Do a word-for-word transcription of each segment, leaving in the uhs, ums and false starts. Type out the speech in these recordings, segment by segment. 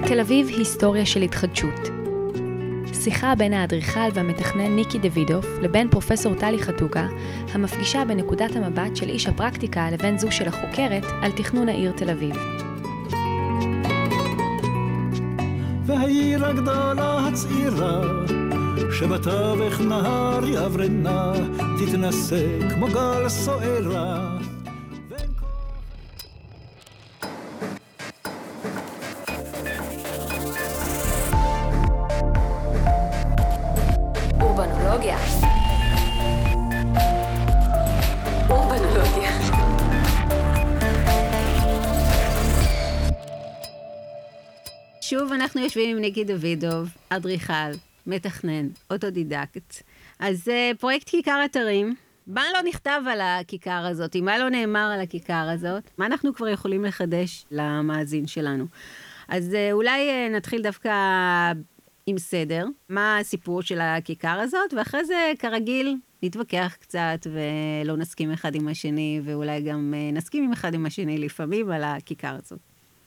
תל אביב היסטוריה של התחדשות. שיחה בין האדריכל והמתכנן ניקי דוידוף לבין פרופסור טלי חתוקה, המפגישה בנקודת המבט של איש הפרקטיקה לבין זו של החוקרת על תכנון העיר תל אביב. והעיר הגדולה הצעירה שבתווך נהר יברנה תתנסה כמו גל סוערה. אורבנולוגיה. אורבנולוגיה. שוב אנחנו יושבים עם ניקי דוידוב, אדריכל, מתכנן, אוטודידקט. אז uh, פרויקט כיכר אתרים. מה לא נכתב על הכיכר הזאת? מה לא נאמר על הכיכר הזאת? מה אנחנו כבר יכולים לחדש למאזין שלנו? אז uh, אולי uh, נתחיל דווקא עם סדר. מה הסיפור של הכיכר הזאת? ואחרי זה, כרגיל, נתווכח קצת ולא נסכים אחד עם השני, ואולי גם uh, נסכים עם אחד עם השני לפעמים על הכיכר הזאת.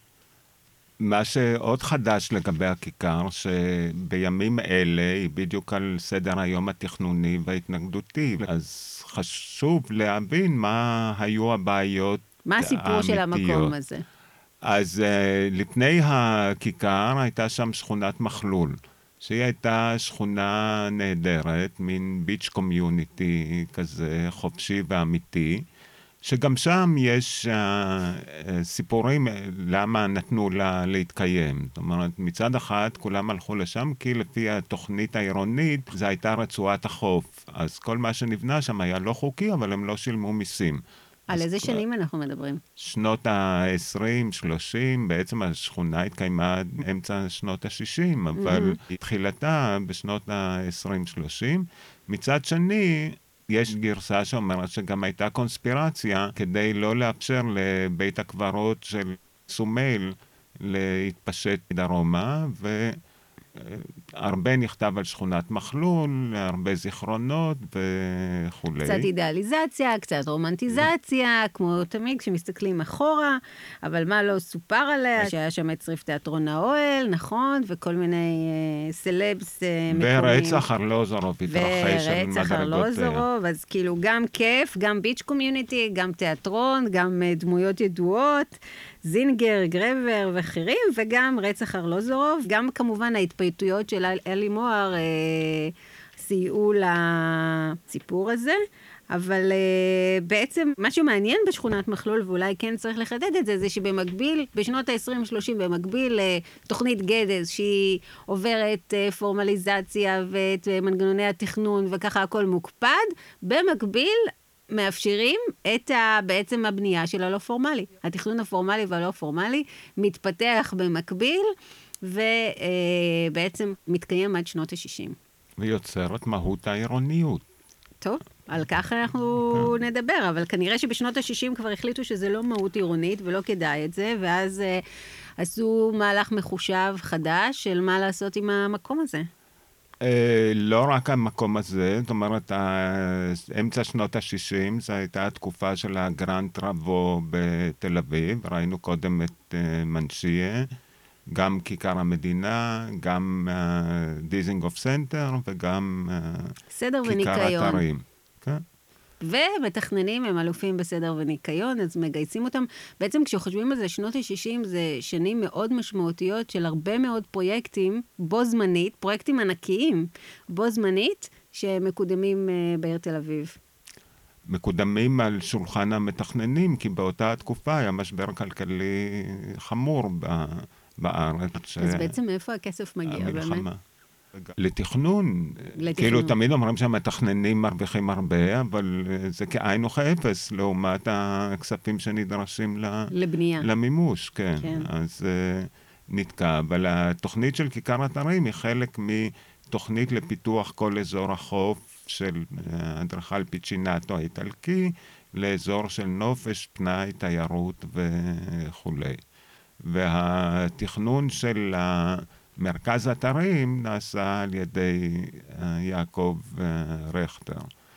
מה שעוד חדש לגבי הכיכר, שבימים אלה היא בדיוק על סדר היום התכנוני וההתנגדותי, אז חשוב להבין מה היו הבעיות האמיתיות. מה הסיפור של המקום הזה? אז uh, לפני הכיכר הייתה שם שכונת מחלול, שהיא הייתה שכונה נהדרת, מין ביץ' קומיוניטי כזה חופשי ואמיתי, שגם שם יש uh, סיפורים למה נתנו לה להתקיים. זאת אומרת, מצד אחד כולם הלכו לשם, כי לפי התוכנית העירונית זה הייתה רצועת החוף. אז כל מה שנבנה שם היה לא חוקי, אבל הם לא שילמו מיסים. על איזה שנים אנחנו מדברים? שנות ה-עשרים, שלושים, בעצם השכונה התקיימה אמצע שנות ה-שישים, אבל mm-hmm. התחילתה בשנות ה-עשרים, שלושים. מצד שני, יש גרסה שאומרת שגם הייתה קונספירציה כדי לא לאפשר לבית הקברות של סומייל להתפשט דרומה, והרבה נכתב על שכונת מחלול, הרבה זיכרונות וכו'. קצת אידיאליזציה, קצת רומנטיזציה, כמו תמיד כשמסתכלים אחורה, אבל מה לא סופר עליה, שהיה שם את שריף תיאטרון האוהל, נכון, וכל מיני uh, סלבס uh, מקומיים. ורצח ארלוזורוב התרחש על מדרגותיה. ורצח ארלוזורוב, אז כאילו גם כיף, גם ביץ' קומיוניטי, גם תיאטרון, גם uh, דמויות ידועות, זינגר, גרבר ואחרים, וגם רצח ארלוזורוב, גם כמובן ההתפייטויות של אלי מוהר אה, סייעו לסיפור הזה, אבל אה, בעצם מה שמעניין בשכונת מחלול, ואולי כן צריך לחדד את זה, זה שבמקביל, בשנות ה-עשרים שלושים, במקביל לתוכנית גדז, שהיא עוברת אה, פורמליזציה ואת אה, מנגנוני התכנון, וככה הכל מוקפד, במקביל, מאפשרים את ה, בעצם הבנייה של הלא פורמלי. התכנון הפורמלי והלא פורמלי מתפתח במקביל, ובעצם מתקיים עד שנות ה-שישים. ויוצר את מהות העירוניות. טוב, על כך אנחנו okay. נדבר, אבל כנראה שבשנות ה-שישים כבר החליטו שזה לא מהות עירונית ולא כדאי את זה, ואז uh, עשו מהלך מחושב חדש של מה לעשות עם המקום הזה. Uh, לא רק המקום הזה, זאת אומרת, אמצע שנות ה-שישים, זו הייתה התקופה של הגרנד טראבו בתל אביב, ראינו קודם את uh, מנשיה, גם כיכר המדינה, גם דיזינגוף סנטר, וגם uh, כיכר אתרים. כן? ומתכננים הם אלופים בסדר וניקיון, אז מגייסים אותם. בעצם כשחושבים על זה, שנות ה-שישים זה שנים מאוד משמעותיות של הרבה מאוד פרויקטים בו זמנית, פרויקטים ענקיים בו זמנית, שמקודמים uh, בעיר תל אביב. מקודמים על שולחן המתכננים, כי באותה התקופה היה משבר כלכלי חמור ב- בארץ. אז בעצם מאיפה הכסף מגיע המלחמה. באמת? לתכנון. לתכנון. כאילו תמיד אומרים שהמתכננים מרוויחים הרבה, אבל זה כאין וכאפס, לעומת הכספים שנדרשים לבנייה. למימוש, כן. כן. אז uh, נתקע. אבל התוכנית של כיכר אתרים היא חלק מתוכנית לפיתוח כל אזור החוף של אדריכל פיצ'ינטו האיטלקי, לאזור של נופש, פנאי, תיירות וכו'. והתכנון של מרכז אתרים נעשה על ידי יעקב רכטר.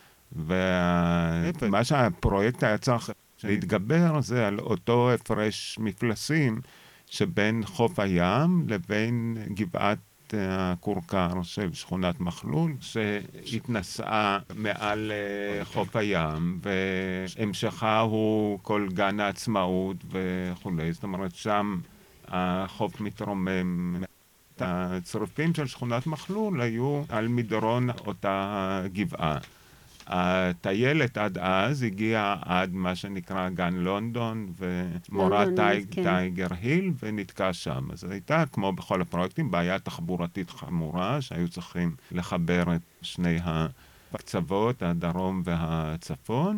ומה שהפרויקט היה צריך להתגבר זה על אותו הפרש מפלסים שבין חוף הים לבין גבעת הכורכר של שכונת מחלול, שהתנסעה מעל חוף הים, והמשכה הוא כל גן העצמאות וכולי. זאת אומרת, שם החוף מתרומם. הצרפים של שכונת מחלול היו על מדרון אותה גבעה. הטיילת עד אז הגיעה עד מה שנקרא גן לונדון ומורת טייג, כן. טייגר היל, ונתקע שם. אז הייתה, כמו בכל הפרויקטים, בעיה תחבורתית חמורה, שהיו צריכים לחבר את שני הקצוות, הדרום והצפון,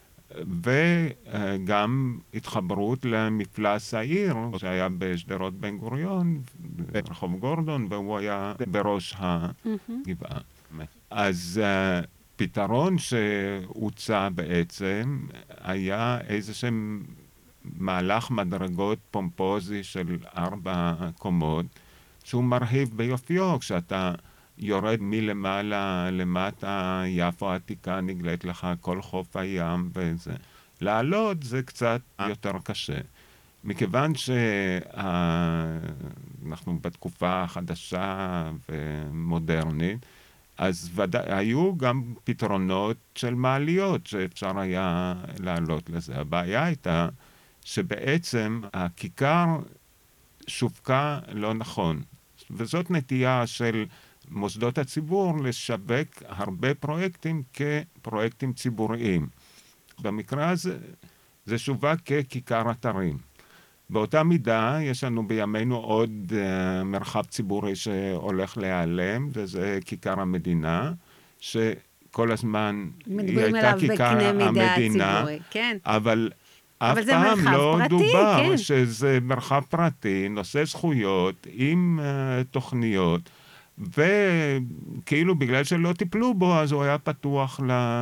וגם התחברות למפלס העיר, שהיה בשדרות בן גוריון, ברחוב גורדון, והוא היה בראש הגבעה. אז פתרון שהוצע בעצם היה איזשהם מהלך מדרגות פומפוזי של ארבע קומות, שהוא מרהיב ביופיו. כשאתה יורד מלמעלה למטה, יפו העתיקה נגלית לך כל חוף הים וזה. לעלות זה קצת יותר קשה. מכיוון שאנחנו בתקופה חדשה ומודרנית, אז ודא, היו גם פתרונות של מעליות שאפשר היה לעלות לזה. הבעיה הייתה שבעצם הכיכר שווקה לא נכון. וזאת נטייה של מוסדות הציבור לשווק הרבה פרויקטים כפרויקטים ציבוריים. במקרה הזה זה שווק ככיכר אתרים. באותה מידה יש לנו בימינו עוד uh, מרחב ציבורי שהולך להיעלם, וזה כיכר המדינה, שכל הזמן היא הייתה כיכר המדינה, כן. אבל אף אבל פעם לא פרטי, דובר כן. שזה מרחב פרטי, נושא זכויות עם uh, תוכניות, וכאילו בגלל שלא טיפלו בו, אז הוא היה פתוח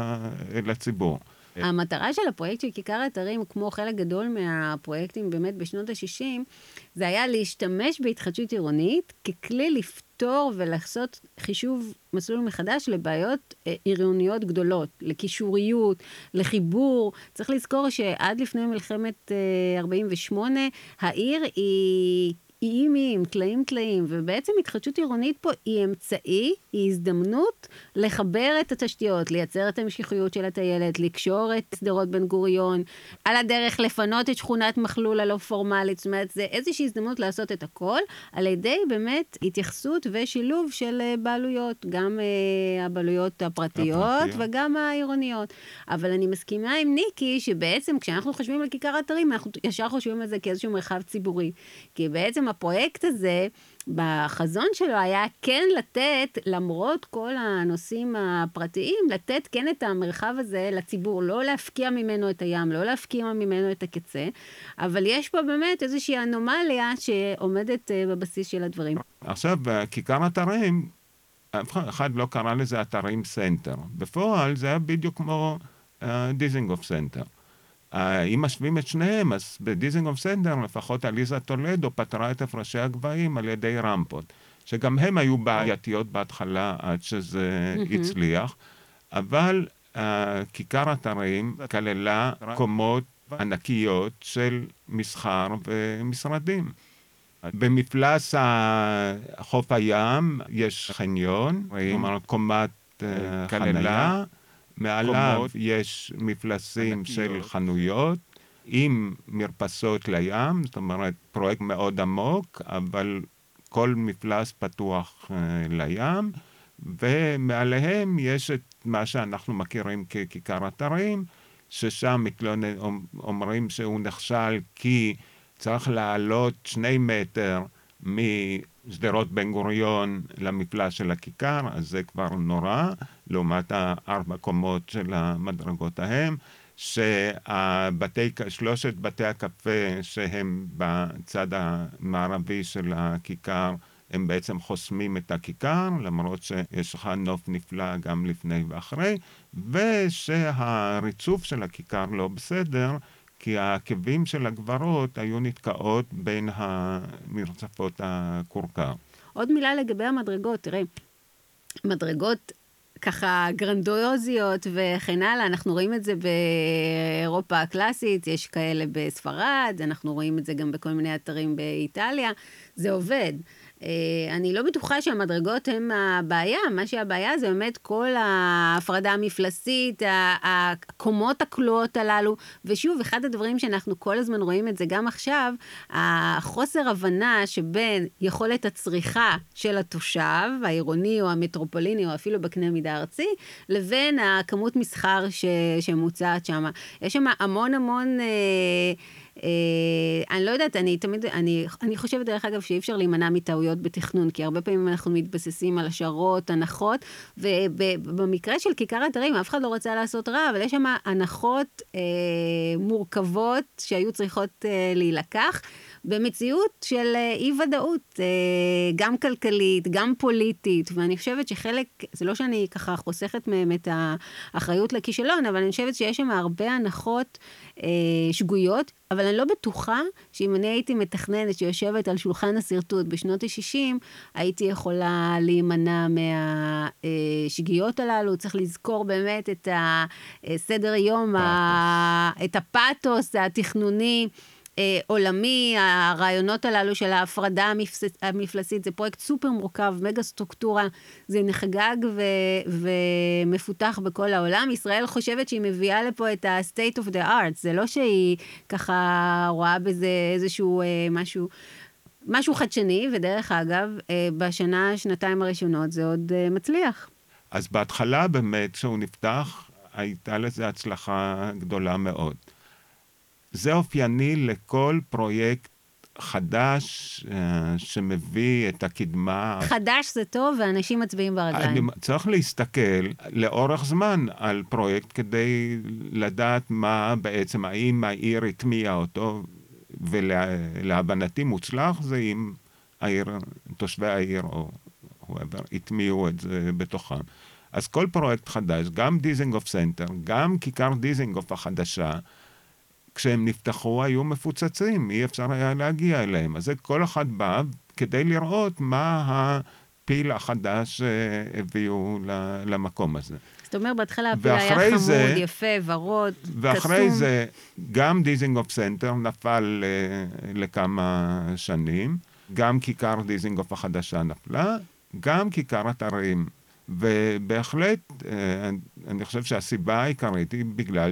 לציבור. המטרה של הפרויקט של כיכר אתרים, כמו חלק גדול מהפרויקטים באמת בשנות ה-שישים, זה היה להשתמש בהתחדשות עירונית ככלי לפתור ולעשות חישוב מסלול מחדש לבעיות עירוניות גדולות, לקישוריות, לחיבור. צריך לזכור שעד לפני מלחמת ארבעים ושמונה, העיר היא איים איים, תלאים תלאים, ובעצם התחדשות עירונית פה היא אמצעי, היא הזדמנות לחבר את התשתיות, לייצר את המשכיות של הטיילת, לקשור את שדרות בן גוריון, על הדרך לפנות את שכונת מחלול הלא פורמלית. זאת אומרת, זה איזושהי הזדמנות לעשות את הכל, על ידי באמת התייחסות ושילוב של בעלויות, גם uh, הבעלויות הפרטיות הפרטיות. וגם העירוניות. אבל אני מסכימה עם ניקי, שבעצם כשאנחנו חושבים על כיכר אתרים, אנחנו ישר חושבים על זה כאיזשהו מרחב ציבורי. כי בעצם הפרויקט הזה, בחזון שלו היה כן לתת, למרות כל הנושאים הפרטיים, לתת כן את המרחב הזה לציבור, לא להפקיע ממנו את הים, לא להפקיע ממנו את הקצה, אבל יש פה באמת איזושהי אנומליה שעומדת בבסיס של הדברים. עכשיו, כיכר אתרים, אף אחד לא קרא לזה אתרים סנטר. בפועל זה היה בדיוק כמו uh, דיזינגוף סנטר. אם משווים את שניהם, אז בדיזינגוף סנטר, לפחות עליזה טולדו פתרה את הפרשי הגבהים על ידי רמפות, שגם הם היו בעייתיות בהתחלה עד שזה הצליח, אבל uh, כיכר אתרים כללה קומות ענקיות של מסחר ומשרדים. במפלס חוף הים יש חניון, כלומר קומת uh, חניה, מעליו יש מפלסים של חנויות עם מרפסות לים, זאת אומרת פרויקט מאוד עמוק, אבל כל מפלס פתוח uh, לים, ומעליהם יש את מה שאנחנו מכירים ככיכר אתרים, ששם מתלונן, אומרים שהוא נכשל כי צריך לעלות שני מטר משדרות בן גוריון למפלס של הכיכר, אז זה כבר נורא, לעומת הארבע קומות של המדרגות ההם, שהבתי, שלושת בתי הקפה שהם בצד המערבי של הכיכר, הם בעצם חוסמים את הכיכר, למרות שיש לך נוף נפלא גם לפני ואחרי, ושהריצוף של הכיכר לא בסדר, כי העקבים של הגברות היו נתקעות בין המרצפות הכורכר. עוד מילה לגבי המדרגות, תראה, מדרגות ככה גרנדוזיות וכן הלאה, אנחנו רואים את זה באירופה הקלאסית, יש כאלה בספרד, אנחנו רואים את זה גם בכל מיני אתרים באיטליה, זה עובד. אני לא בטוחה שהמדרגות הן הבעיה, מה שהבעיה זה באמת כל ההפרדה המפלסית, הקומות הקלועות הללו, ושוב, אחד הדברים שאנחנו כל הזמן רואים את זה גם עכשיו, החוסר הבנה שבין יכולת הצריכה של התושב, העירוני או המטרופוליני, או אפילו בקנה מידה ארצי, לבין הכמות מסחר ש, שמוצעת שם. יש שם המון המון... Uh, אני לא יודעת, אני תמיד, אני, אני חושבת דרך אגב שאי אפשר להימנע מטעויות בתכנון, כי הרבה פעמים אנחנו מתבססים על השערות, הנחות, ובמקרה של כיכר אתרים, אף אחד לא רצה לעשות רע, אבל יש שם הנחות uh, מורכבות שהיו צריכות uh, להילקח, במציאות של uh, אי-ודאות, uh, גם כלכלית, גם פוליטית, ואני חושבת שחלק, זה לא שאני ככה חוסכת מהם את האחריות לכישלון, אבל אני חושבת שיש שם הרבה הנחות uh, שגויות, אבל אני לא בטוחה שאם אני הייתי מתכננת שיושבת על שולחן הסרטוט בשנות ה-שישים, הייתי יכולה להימנע מהשגיאות הללו. צריך לזכור באמת את הסדר יום, את הפאטוס התכנוני, עולמי, הרעיונות הללו של ההפרדה המפלסית, זה פרויקט סופר מורכב, מגה סטרוקטורה, זה נחגג ו- ומפותח בכל העולם. ישראל חושבת שהיא מביאה לפה את ה-state of the art, זה לא שהיא ככה רואה בזה איזשהו משהו, משהו חדשני, ודרך אגב, בשנה, שנתיים הראשונות זה עוד מצליח. אז בהתחלה באמת, שהוא נפתח, הייתה לזה הצלחה גדולה מאוד. זה אופייני לכל פרויקט חדש uh, שמביא את הקדמה. חדש זה טוב ואנשים מצביעים ברגליים. אני צריך להסתכל לאורך זמן על פרויקט כדי לדעת מה בעצם, האם העיר התמיעה אותו, ולהבנתי מוצלח זה אם העיר, תושבי העיר או whoever, התמיעו את זה בתוכם. אז כל פרויקט חדש, גם דיזינגוף סנטר, גם כיכר דיזינגוף החדשה, כשהם נפתחו היו מפוצצים, אי אפשר היה להגיע אליהם. אז זה כל אחד בא כדי לראות מה הפיל החדש הביאו למקום הזה. זאת אומרת, בהתחלה הפיל היה חמוד, זה, יפה, ורוד, קסום. ואחרי זה גם דיזינגוף סנטר נפל לכמה שנים, גם כיכר דיזינגוף החדשה נפלה, גם כיכר אתרים. ובהחלט, אני חושב שהסיבה העיקרית היא בגלל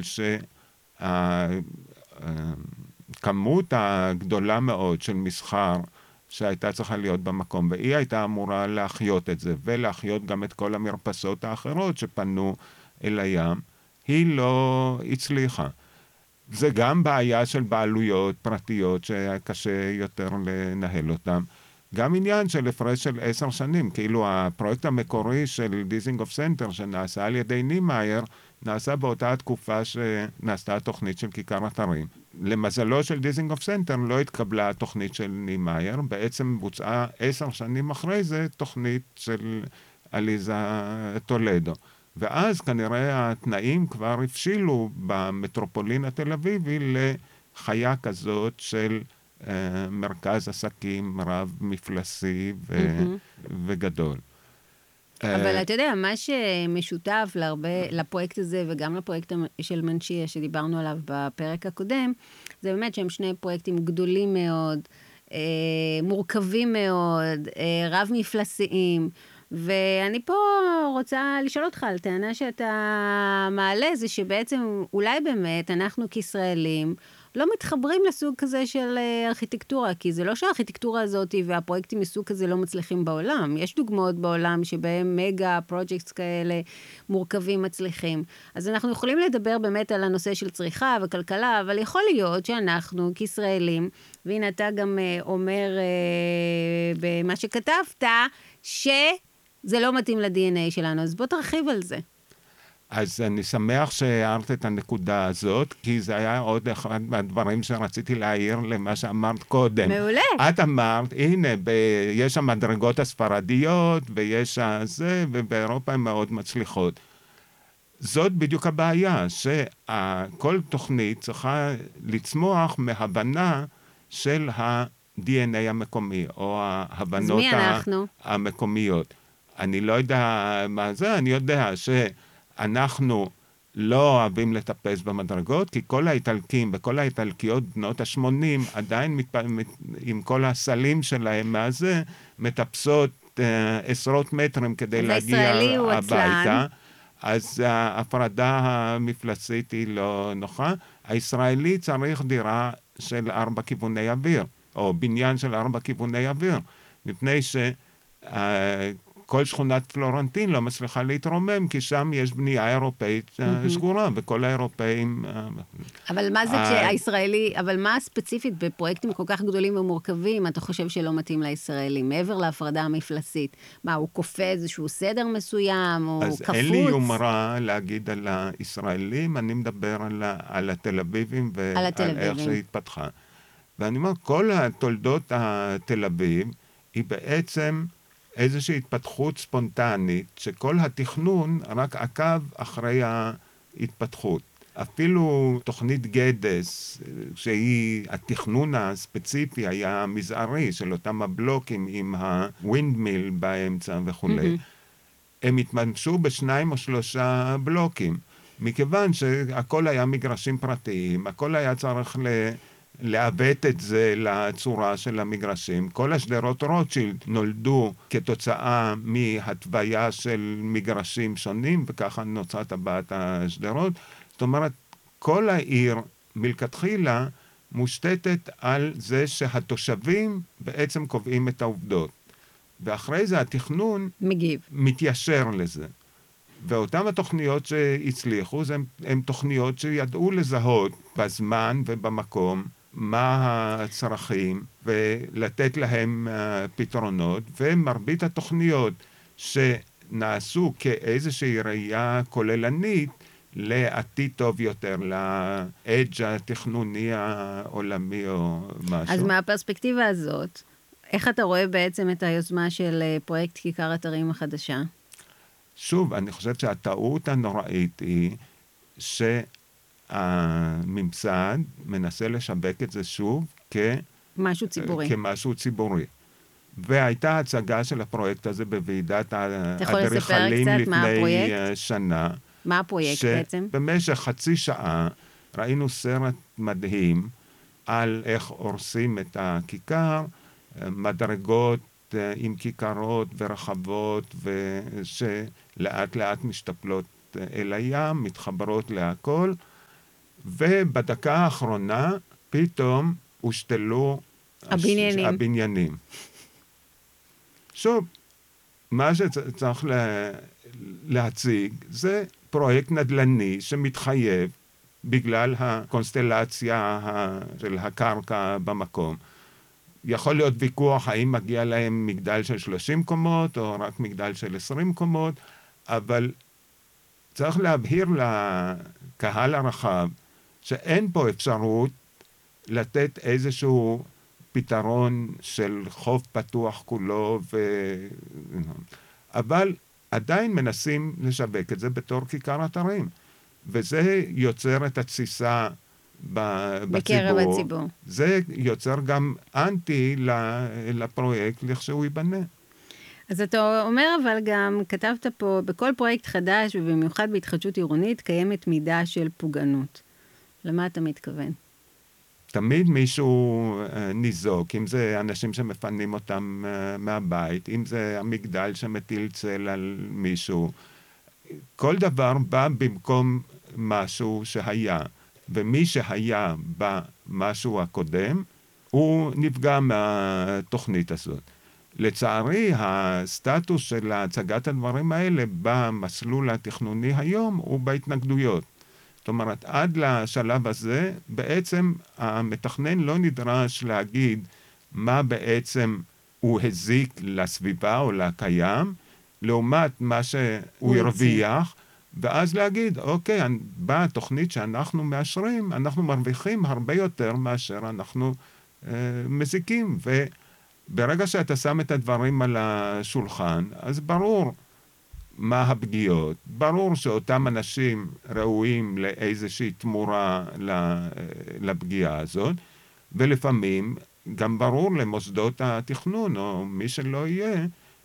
שהכמות הגדולה מאוד של מסחר שהייתה צריכה להיות במקום, והיא הייתה אמורה להחיות את זה, ולהחיות גם את כל המרפסות האחרות שפנו אל הים, היא לא הצליחה. זה גם בעיה של בעלויות פרטיות שהיה קשה יותר לנהל אותן. גם עניין של הפרש של עשר שנים, כאילו הפרויקט המקורי של דיזינגוף סנטר שנעשה על ידי נימאייר, נעשה באותה התקופה שנעשתה התוכנית של כיכר אתרים. למזלו של דיזינגוף סנטר לא התקבלה התוכנית של נימאייר, בעצם בוצעה עשר שנים אחרי זה תוכנית של עליזה טולדו. ואז כנראה התנאים כבר הפשילו במטרופולין התל אביבי לחיה כזאת של uh, מרכז עסקים רב מפלסי ו- mm-hmm. וגדול. אבל אתה יודע, מה שמשותף להרבה, לפרויקט הזה וגם לפרויקט של מנשיה שדיברנו עליו בפרק הקודם, זה באמת שהם שני פרויקטים גדולים מאוד, אה, מורכבים מאוד, אה, רב מפלסיים, ואני פה רוצה לשאול אותך על טענה שאתה מעלה, זה שבעצם אולי באמת אנחנו כישראלים לא מתחברים לסוג כזה של ארכיטקטורה, כי זה לא שהארכיטקטורה הזאת והפרויקטים מסוג כזה לא מצליחים בעולם. יש דוגמאות בעולם שבהם מגה פרויקטס כאלה מורכבים מצליחים. אז אנחנו יכולים לדבר באמת על הנושא של צריכה וכלכלה, אבל יכול להיות שאנחנו כישראלים, והנה אתה גם אומר במה שכתבת, שזה לא מתאים ל-די אן איי שלנו. אז בוא תרחיב על זה. אז אני שמח שהערת את הנקודה הזאת, כי זה היה עוד אחד מהדברים שרציתי להעיר למה שאמרת קודם. מעולה. את אמרת, הנה, ב- יש המדרגות הספרדיות, ויש זה, ובאירופה הן מאוד מצליחות. זאת בדיוק הבעיה, שכל תוכנית צריכה לצמוח מהבנה של ה-די אן איי המקומי, או ההבנות המקומיות. אני לא יודע מה זה, אני יודע שאנחנו לא אוהבים לטפס במדרגות, כי כל האיטלקים וכל האיטלקיות בנות ה-שמונים עדיין מת, מת, עם כל הסלים שלהם מהזה, מטפסות אה, עשרות מטרים כדי להגיע הביתה. אז ההפרדה המפלסית היא לא נוחה. הישראלי צריך דירה של ארבע כיווני אוויר, או בניין של ארבע כיווני אוויר, מפני שכל שכונת פלורנטין לא מצליחה להתרומם, כי שם יש בנייה אירופאית mm-hmm. שגורה, וכל האירופאים... אבל מה זה כשהישראלי, אבל מה ספציפית בפרויקטים כל כך גדולים ומורכבים, אתה חושב שלא מתאים לישראלים, מעבר להפרדה המפלסית? מה, הוא כופה איזשהו סדר מסוים, או אז קפוץ? אז אין לי יומרה להגיד על הישראלים, אני מדבר על, על התל אביבים ועל איך שהתפתחה. ואני אומר, כל התולדות התל אביב, היא בעצם איזושהי התפתחות ספונטנית, שכל התכנון רק עקב אחרי ההתפתחות. אפילו תוכנית גדס, שהיא התכנון הספציפי, היה מזערי של אותם הבלוקים עם הווינדמיל באמצע וכו'. Mm-hmm. הם התממשו בשניים או שלושה בלוקים, מכיוון שהכל היה מגרשים פרטיים, הכל היה צריך ל... לעוות את זה לצורה של המגרשים. כל השדרות רוטשילד נולדו כתוצאה מהתוויה של מגרשים שונים, וככה נוצרה טבעת השדרות. זאת אומרת, כל העיר מלכתחילה מושתתת על זה שהתושבים בעצם קובעים את העובדות. ואחרי זה התכנון מגיב. מתיישר לזה. ואותן התוכניות שהצליחו, הן תוכניות שידעו לזהות בזמן ובמקום מה הצרכים, ולתת להם uh, פתרונות, ומרבית התוכניות שנעשו כאיזושהי ראייה כוללנית לעתיד טוב יותר, לאדג' התכנוני העולמי או משהו. אז מהפרספקטיבה הזאת, איך אתה רואה בעצם את היוזמה של פרויקט כיכר אתרים החדשה? שוב, אני חושב שהטעות הנוראית היא שהממסד מנסה לשווק את זה שוב כ... משהו ציבורי. כמשהו ציבורי. והייתה הצגה של הפרויקט הזה בוועידת האדריכלים לפני שנה. מה הפרויקט בעצם? שבמשך חצי שעה ראינו סרט מדהים על איך הורסים את הכיכר, מדרגות עם כיכרות ורחבות, ושלאט לאט משתפלות אל הים, מתחברות להכל, ובדקה האחרונה פתאום הושתלו הבניינים. הש... הבניינים. שוב, מה שצריך לה... להציג זה פרויקט נדל"ני שמתחייב בגלל הקונסטלציה של הקרקע במקום. יכול להיות ויכוח האם מגיע להם מגדל של שלושים קומות או רק מגדל של עשרים קומות, אבל צריך להבהיר לקהל הרחב שאין פה אפשרות לתת איזשהו פתרון של חוף פתוח כולו, ו... אבל עדיין מנסים לשווק את זה בתור כיכר אתרים, וזה יוצר את התסיסה בציבור. בקרב הציבור. זה יוצר גם אנטי לפרויקט לכשהוא ייבנה. אז אתה אומר, אבל גם כתבת פה, בכל פרויקט חדש, ובמיוחד בהתחדשות עירונית, קיימת מידה של פוגענות. למה אתה מתכוון? תמיד מישהו ניזוק, אם זה אנשים שמפנים אותם מהבית, אם זה המגדל שמטיל צל על מישהו. כל דבר בא במקום משהו שהיה, ומי שהיה במשהו הקודם, הוא נפגע מהתוכנית הזאת. לצערי, הסטטוס של הצגת הדברים האלה במסלול התכנוני היום הוא בהתנגדויות. זאת אומרת, עד לשלב הזה, בעצם המתכנן לא נדרש להגיד מה בעצם הוא הזיק לסביבה או לקיים, לעומת מה שהוא הרוויח, ואז להגיד, אוקיי, בתוכנית שאנחנו מאשרים, אנחנו מרוויחים הרבה יותר מאשר אנחנו אה, מזיקים. וברגע שאתה שם את הדברים על השולחן, אז ברור מה הפגיעות. ברור שאותם אנשים ראויים לאיזושהי תמורה לפגיעה הזאת, ולפעמים גם ברור למוסדות התכנון, או מי שלא יהיה,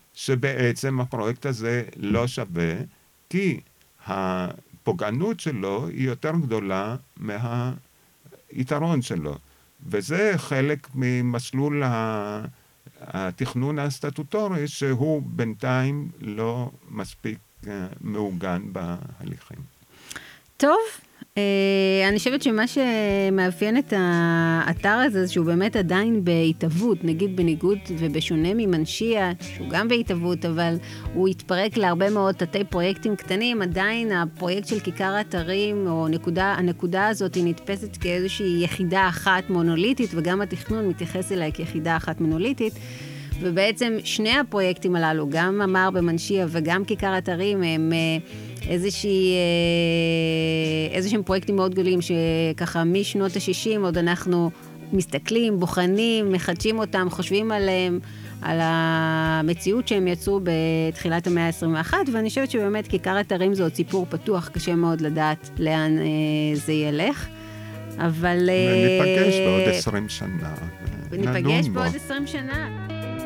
שבעצם הפרויקט הזה לא שווה, כי הפוגענות שלו היא יותר גדולה מהיתרון שלו. וזה חלק ממסלול התכנון הסטטוטורי, שהוא בינתיים לא מספיק מעוגן בהליכים. טוב, אני חושבת שמה שמאפיין את האתר הזה, שהוא באמת עדיין בהתאבות, נגיד בניגוד ובשונה ממנשיה, שהוא גם בהתאבות, אבל הוא התפרק להרבה מאוד תתי פרויקטים קטנים, עדיין הפרויקט של כיכר האתרים, או נקודה, הנקודה הזאת היא נתפסת כאיזושהי יחידה אחת מונוליטית, וגם התכנון מתייחס אליה כיחידה אחת מונוליטית, ובעצם שני הפרויקטים הללו, גם אמר במנשיה וגם כיכר האתרים, הם איזושהי, איזשהם פרויקטים מאוד גדולים, שככה משנות ה-שישים עוד אנחנו מסתכלים, בוחנים, מחדשים אותם, חושבים עליהם, על המציאות שהם יצרו בתחילת המאה ה-עשרים ואחת, ואני חושבת שבאמת כיכר האתרים זה עוד סיפור פתוח, קשה מאוד לדעת לאן זה ילך, אבל... ניפגש בעוד עשרים שנה. ניפגש בעוד עשרים שנה.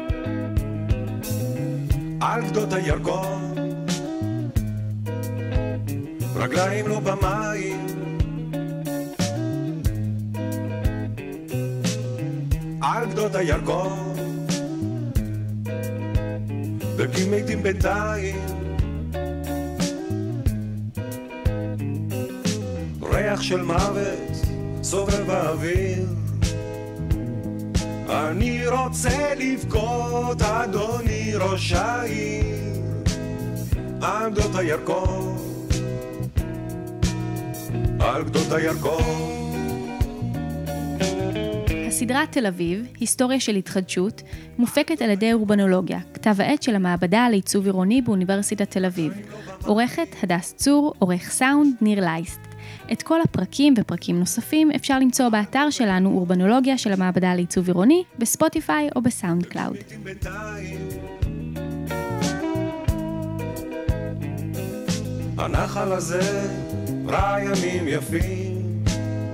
על גדות הירקון, רגליים לא במים, על גדות הירקון, דגים מתים בינתיים, ריח של מוות סובב באוויר, אני רוצה לבכות אדוני ראש העיר, על גדות הירקון, על גדות הירקון. הסדרה תל אביב, היסטוריה של התחדשות, מופקת על ידי אורבנולוגיה, כתב העת של המעבדה לעיצוב עירוני באוניברסיטת תל אביב. עורכת הדס צור, עורך סאונד ניר לייסט. את כל הפרקים ופרקים נוספים אפשר למצוא באתר שלנו אורבנולוגיה של המעבדה לעיצוב עירוני, בספוטיפיי או בסאונד קלאוד. הנחל הזה ראה ימים יפים,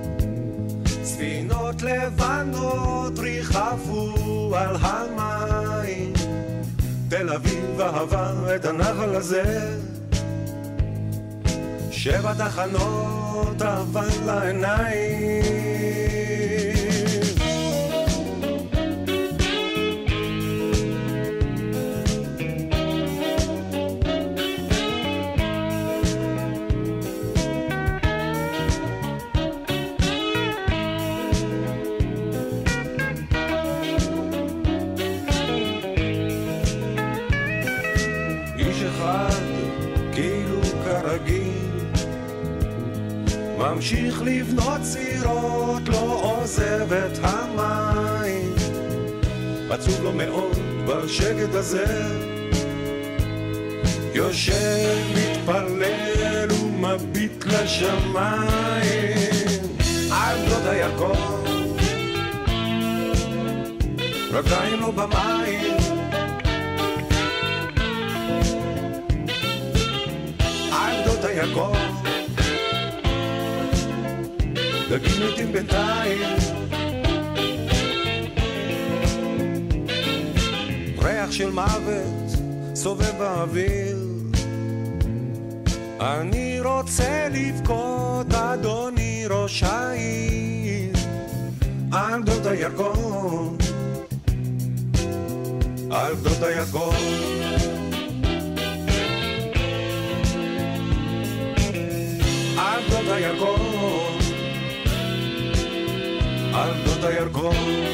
ספינות לבנות ריחפו על המים, תל אביב אהבה את הנחל הזה, שבע תחנות אבל לעיניים. איש אחד כאילו כרגיל ממשיך לבנות צירות, לא עוזב את המים, עצוב לו מאוד בשקט הזה, יושב מתפלל ומביט לשמיים, על גדות הירקון, רגליים לא במים, על גדות הירקון, דגים מתים בינתיים, ריח של מוות סובב באוויר, אני רוצה לבכות אדוני ראש העיר, על גדות הירקון, על גדות הירקון, על גדות הירקון, על גדות הירקון.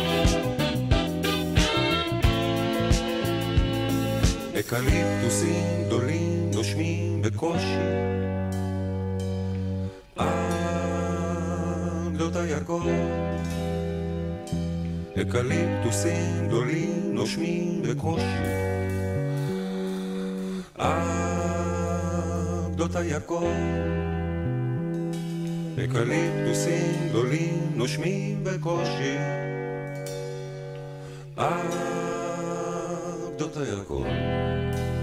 אקליפטוסים גדולים נושמים בקושי על גדות הירקון, אקליפטוסים גדולים נושמים בקושי על גדות הירקון, אקליפטוסים גדולים נושמים בקושי על גדות הירקון.